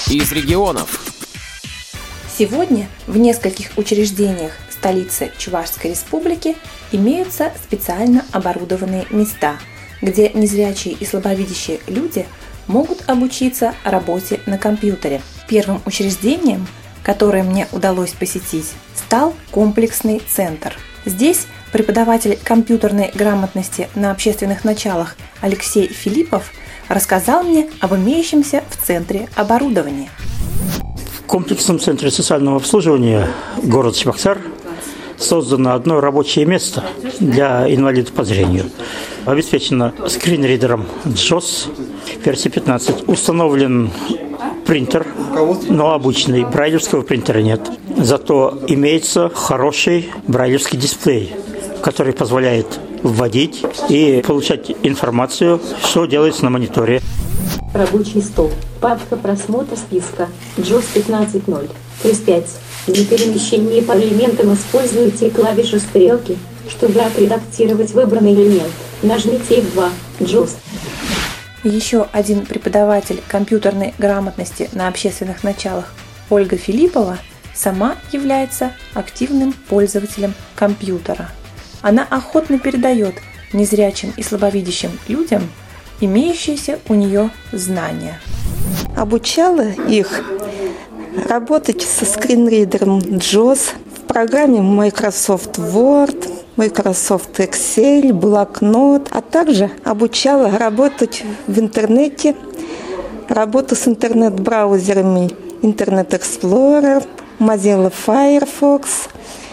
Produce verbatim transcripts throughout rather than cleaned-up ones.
из регионов. Сегодня в нескольких учреждениях столицы Чувашской Республики имеются специально оборудованные места, где незрячие и слабовидящие люди могут обучиться работе на компьютере. Первым учреждением, которое мне удалось посетить, стал комплексный центр. Здесь преподаватель компьютерной грамотности на общественных началах Алексей Филиппов рассказал мне об имеющемся в центре оборудовании. В комплексном центре социального обслуживания город Чебоксар создано одно рабочее место для инвалидов по зрению. Обеспечено скринридером джос версии пятнадцать. Установлен принтер, но обычный. Брайлевского принтера нет. Зато имеется хороший брайлевский дисплей, который позволяет вводить и получать информацию, что делается на мониторе. Рабочий стол. Папка просмотра списка. джос пятнадцать ноль. плюс пять. Для перемещения по элементам используйте клавишу стрелки, чтобы отредактировать выбранный элемент. Нажмите эф два. джос. Еще один преподаватель компьютерной грамотности на общественных началах Ольга Филиппова сама является активным пользователем компьютера. Она охотно передает незрячим и слабовидящим людям имеющиеся у нее знания. Обучала их работать со скринридером джос в программе Microsoft Word, Microsoft Excel, блокнот, а также обучала работать в интернете, работу с интернет-браузерами Internet Explorer, Mozilla Firefox,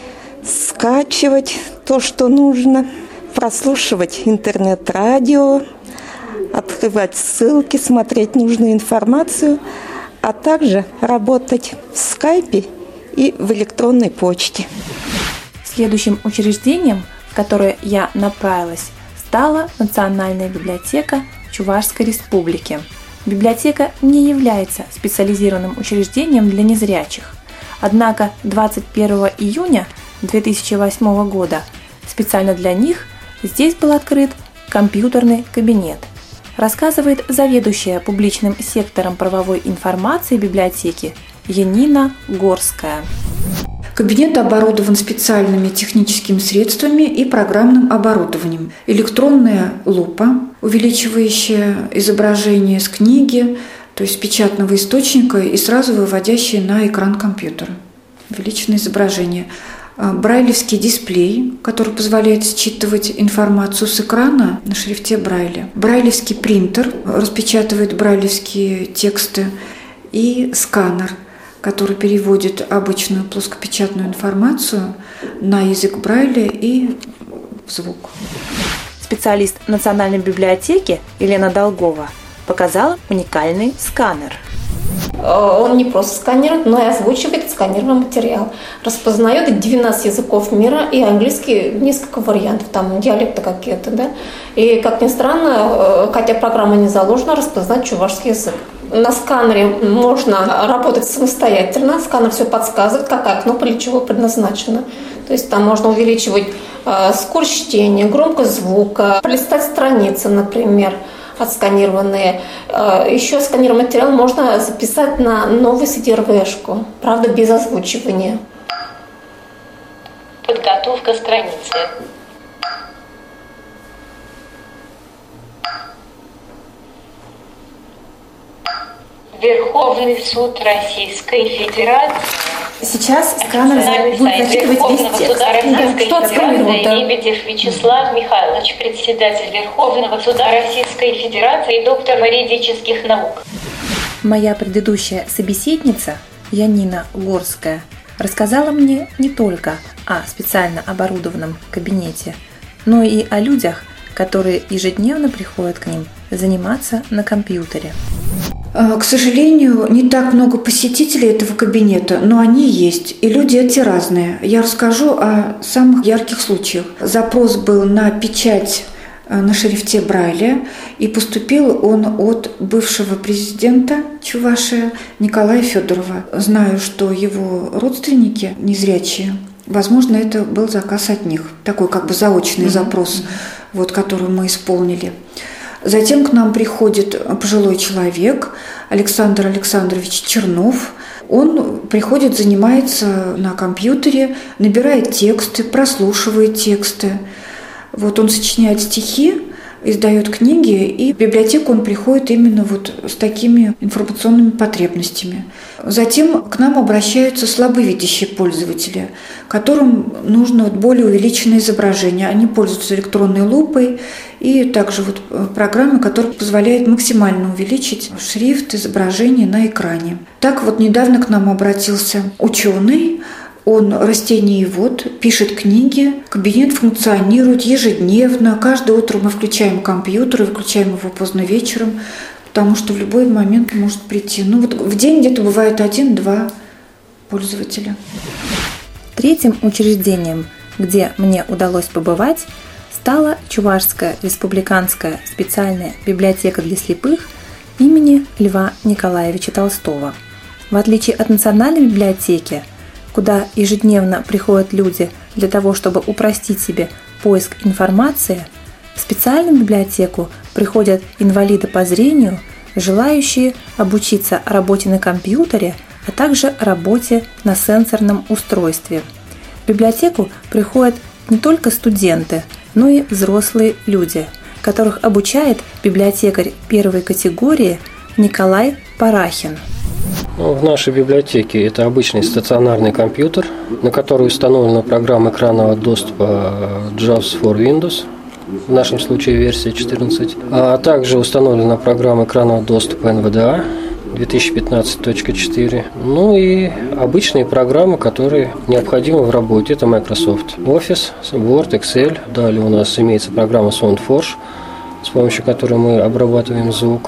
скачивать то, что нужно, прослушивать интернет-радио, открывать ссылки, смотреть нужную информацию, а также работать в скайпе и в электронной почте. Следующим учреждением, в которое я направилась, стала Национальная библиотека Чувашской Республики. Библиотека не является специализированным учреждением для незрячих. Однако двадцать первого июня две тысячи восьмого года специально для них здесь был открыт компьютерный кабинет, рассказывает заведующая публичным сектором правовой информации библиотеки Янина Горская. Кабинет оборудован специальными техническими средствами и программным оборудованием. Электронная лупа, увеличивающая изображение с книги, то есть печатного источника, и сразу выводящая на экран компьютера. Увеличенное изображение. Брайлевский дисплей, который позволяет считывать информацию с экрана на шрифте Брайля. Брайлевский принтер распечатывает брайлевские тексты. И сканер, который переводит обычную плоскопечатную информацию на язык Брайля и в звук. Специалист Национальной библиотеки Елена Долгова показала уникальный сканер. Он не просто сканирует, но и озвучивает сканированный материал. Распознает двенадцать языков мира и английский несколько вариантов, там диалекты какие-то, да. И, как ни странно, хотя программа не заложена, распознать чувашский язык. На сканере можно работать самостоятельно, сканер все подсказывает, какая кнопка для чего предназначена. То есть там можно увеличивать э, скорость чтения, громкость звука, пролистать страницы, например, отсканированные. Э, еще сканированный материал можно записать на новую си ди ар ви-шку, правда без озвучивания. Подготовка страницы. Верховный суд Российской Федерации. Сейчас сканер будет зачитывать весь текст. Что отсканировать? Лебедев Вячеслав Михайлович, председатель Верховного суда Российской Федерации и доктор юридических наук. Моя предыдущая собеседница, Янина Горская, рассказала мне не только о специально оборудованном кабинете, но и о людях, которые ежедневно приходят к ним заниматься на компьютере. К сожалению, не так много посетителей этого кабинета, но они есть, и люди эти разные. Я расскажу о самых ярких случаях. Запрос был на печать на шрифте Брайля, и поступил он от бывшего президента Чувашии Николая Федорова. Знаю, что его родственники незрячие, возможно, это был заказ от них, такой как бы заочный mm-hmm. запрос, вот, который мы исполнили. Затем к нам приходит пожилой человек Александр Александрович Чернов. Он приходит, занимается на компьютере, набирает тексты, прослушивает тексты. Вот он сочиняет стихи, издает книги, и в библиотеку он приходит именно вот с такими информационными потребностями. Затем к нам обращаются слабовидящие пользователи, которым нужно более увеличенное изображение. Они пользуются электронной лупой и также вот программой, которая позволяет максимально увеличить шрифт изображения на экране. Так вот недавно к нам обратился ученый. Он растениевод, пишет книги, кабинет функционирует ежедневно. Каждое утро мы включаем компьютер и выключаем его поздно вечером, потому что в любой момент может прийти. Ну вот в день где-то бывает один-два пользователя. Третьим учреждением, где мне удалось побывать, стала Чувашская республиканская специальная библиотека для слепых имени Льва Николаевича Толстого. В отличие от Национальной библиотеки, куда ежедневно приходят люди для того, чтобы упростить себе поиск информации, в специальную библиотеку приходят инвалиды по зрению, желающие обучиться работе на компьютере, а также работе на сенсорном устройстве. В библиотеку приходят не только студенты, но и взрослые люди, которых обучает библиотекарь первой категории Николай Парахин. В нашей библиотеке это обычный стационарный компьютер, на который установлена программа экранного доступа джавс for Windows, в нашем случае версия четырнадцать, а также установлена программа экранного доступа эн вэ дэ а две тысячи пятнадцать точка четыре, ну и обычные программы, которые необходимы в работе. Это Microsoft Office, Word, Excel. Далее у нас имеется программа SoundForge, с помощью которой мы обрабатываем звук.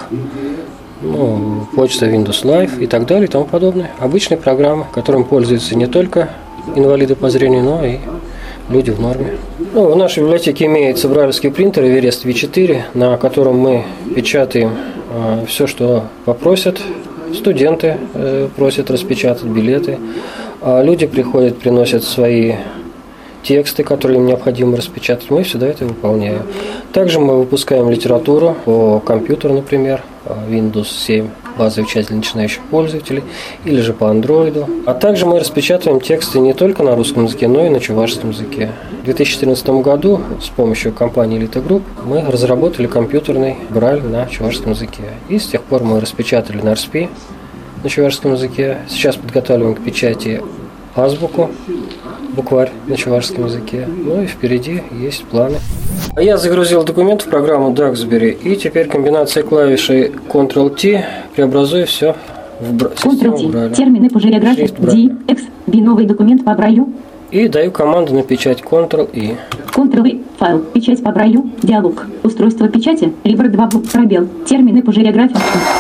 Ну, почта Windows Live и так далее и тому подобное. Обычные программы, которым пользуются не только инвалиды по зрению, но и люди в норме. Ну, в нашей библиотеке имеется брайлевский принтер Everest ви четыре, на котором мы печатаем э, все, что попросят. Студенты э, просят распечатать билеты, а люди приходят, приносят свои тексты, которые им необходимо распечатать. Мы всегда это выполняем. Также мы выпускаем литературу по компьютеру, например, Windows семь, базовый часть для начинающих пользователей, или же по Android. А также мы распечатываем тексты не только на русском языке, но и на чувашском языке. В две тысячи четырнадцатом году с помощью компании Elite Group мы разработали компьютерный брайль на чувашском языке. И с тех пор мы распечатали на эр эс пи на чувашском языке. Сейчас подготавливаем к печати азбуку, букварь на чувашском языке. Ну и впереди есть планы. Я загрузил документ в программу Duxbury, и теперь комбинацией клавишей контрол-ти преобразую все в бра- систему Брайля. Термины по жириографии ди, X, B, новый документ по Брайлю. И даю команду на печать контрол-и. Контрол-и, файл, печать по Брайлю, диалог, устройство печати, либо два пробел, термины по жириографии.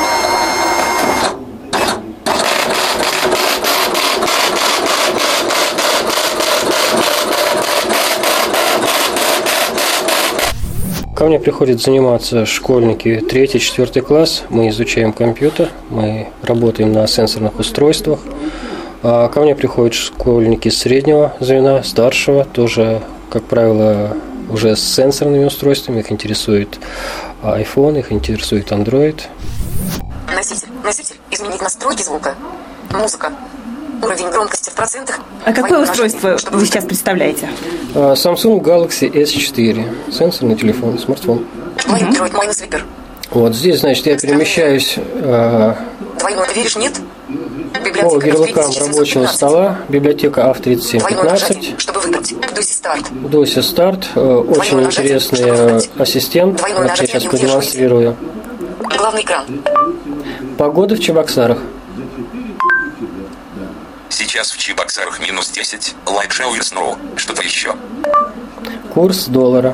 Ко мне приходят заниматься школьники третий-четвертый класс. Мы изучаем компьютер, мы работаем на сенсорных устройствах. А ко мне приходят школьники среднего звена, старшего, тоже, как правило, уже с сенсорными устройствами. Их интересует iPhone, их интересует Android. Носитель. Носитель. Изменить настройки звука. Музыка. Уровень громкости в процентах. А какое устройство вы сейчас представляете? Samsung Galaxy эс четыре. Сенсорный телефон, смартфон. Двойной герой, двойной свипер. Вот здесь, значит, я перемещаюсь Двойной, веришь, нет? по ярлыкам рабочего стола. Библиотека эй ви тридцать семь пятнадцать. Чтобы выбрать. Доси старт. Доси старт. Очень интересный ассистент. Вот я сейчас продемонстрирую. Главный экран. Погода в Чебоксарах. Сейчас в Чебоксарах минус десять, light shower snow, что-то еще. Курс доллара.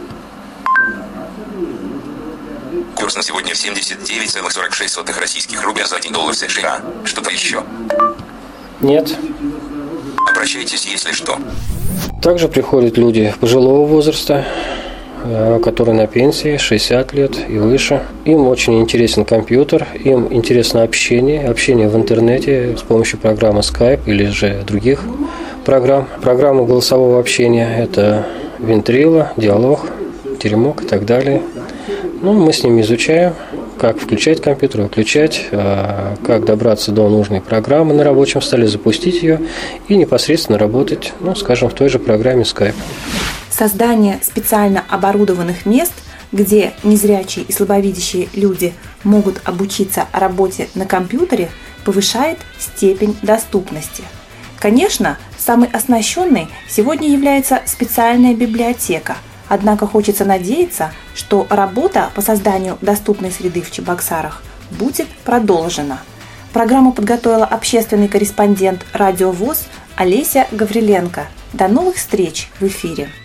Курс на сегодня семьдесят девять целых сорок шесть сотых российских рубля за один доллар США, что-то еще. Нет. Обращайтесь, если что. Также приходят люди пожилого возраста, которые на пенсии, шестьдесят лет и выше. Им очень интересен компьютер, им интересно общение, общение в интернете с помощью программы Skype или же других программ. Программы голосового общения – это Ventrilo, Диалог, Теремок и так далее. Ну, мы с ними изучаем, как включать компьютер, выключать, как добраться до нужной программы на рабочем столе, запустить ее и непосредственно работать, ну, скажем, в той же программе Skype. Создание специально оборудованных мест, где незрячие и слабовидящие люди могут обучиться работе на компьютере, повышает степень доступности. Конечно, самой оснащенной сегодня является специальная библиотека, однако хочется надеяться, что работа по созданию доступной среды в Чебоксарах будет продолжена. Программу подготовила общественный корреспондент Радио ВОС Олеся Гавриленко. До новых встреч в эфире!